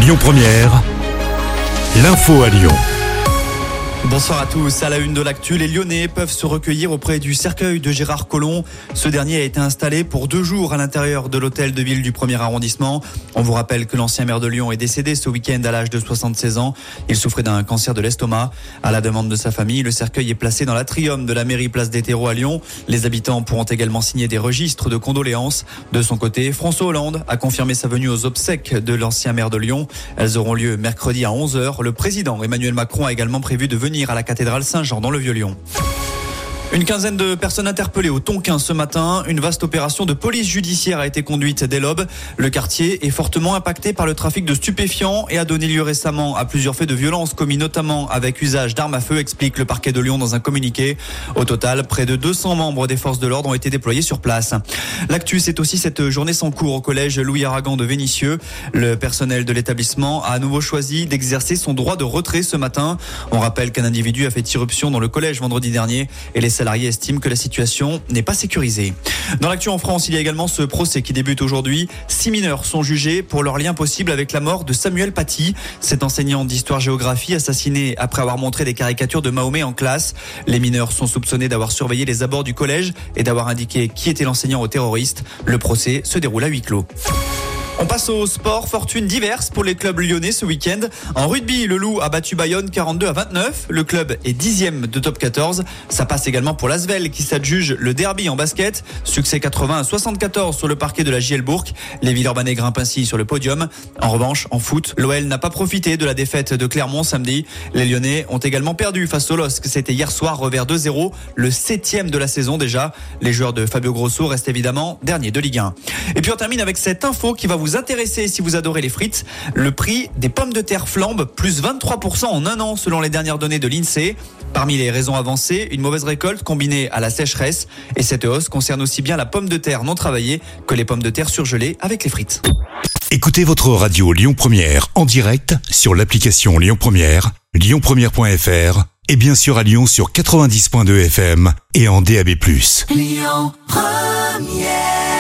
Lyon Première, l'info à Lyon. Bonsoir à tous. À la une de l'actu, les Lyonnais peuvent se recueillir auprès du cercueil de Gérard Collomb. Ce dernier a été installé pour 2 jours à l'intérieur de l'hôtel de ville du 1er arrondissement. On vous rappelle que l'ancien maire de Lyon est décédé ce week-end à l'âge de 76 ans. Il souffrait d'un cancer de l'estomac. À la demande de sa famille, le cercueil est placé dans l'atrium de la mairie Place des Terreaux à Lyon. Les habitants pourront également signer des registres de condoléances. De son côté, François Hollande a confirmé sa venue aux obsèques de l'ancien maire de Lyon. Elles auront lieu mercredi à 11h. Le président Emmanuel Macron a également prévu de venir à la cathédrale Saint-Jean dans le Vieux-Lyon. Une quinzaine de personnes interpellées au Tonkin ce matin. Une vaste opération de police judiciaire a été conduite dès l'aube. Le quartier est fortement impacté par le trafic de stupéfiants et a donné lieu récemment à plusieurs faits de violence commis notamment avec usage d'armes à feu, explique le parquet de Lyon dans un communiqué. Au total, près de 200 membres des forces de l'ordre ont été déployés sur place. L'actu, c'est aussi cette journée sans cours au collège Louis Aragon de Vénissieux. Le personnel de l'établissement a à nouveau choisi d'exercer son droit de retrait ce matin. On rappelle qu'un individu a fait irruption dans le collège vendredi dernier et les salariés estiment que la situation n'est pas sécurisée. Dans l'actu en France, il y a également ce procès qui débute aujourd'hui. 6 mineurs sont jugés pour leur lien possible avec la mort de Samuel Paty, cet enseignant d'histoire-géographie assassiné après avoir montré des caricatures de Mahomet en classe. Les mineurs sont soupçonnés d'avoir surveillé les abords du collège et d'avoir indiqué qui était l'enseignant aux terroristes. Le procès se déroule à huis clos. On passe au sport, fortune diverse pour les clubs lyonnais ce week-end. En rugby, le Loup a battu Bayonne 42-29. Le club est 10e de top 14. Ça passe également pour l'Asvel qui s'adjuge le derby en basket. Succès 80-74 sur le parquet de la JL Bourg. Les Villeurbanais grimpent ainsi sur le podium. En revanche, en foot, l'OL n'a pas profité de la défaite de Clermont samedi. Les Lyonnais ont également perdu face au LOSC. C'était hier soir, revers 2-0, le 7e de la saison déjà. Les joueurs de Fabio Grosso restent évidemment derniers de Ligue 1. Et puis on termine avec cette info qui va vous intéresser si vous adorez les frites. Le prix des pommes de terre flambe, plus 23% en un an selon les dernières données de l'INSEE. Parmi les raisons avancées, une mauvaise récolte combinée à la sécheresse. Et cette hausse concerne aussi bien la pomme de terre non travaillée que les pommes de terre surgelées avec les frites. Écoutez votre radio Lyon Première en direct sur l'application Lyon Première, lyonpremière.fr et bien sûr à Lyon sur 90.2 FM et en DAB+. Lyon Première.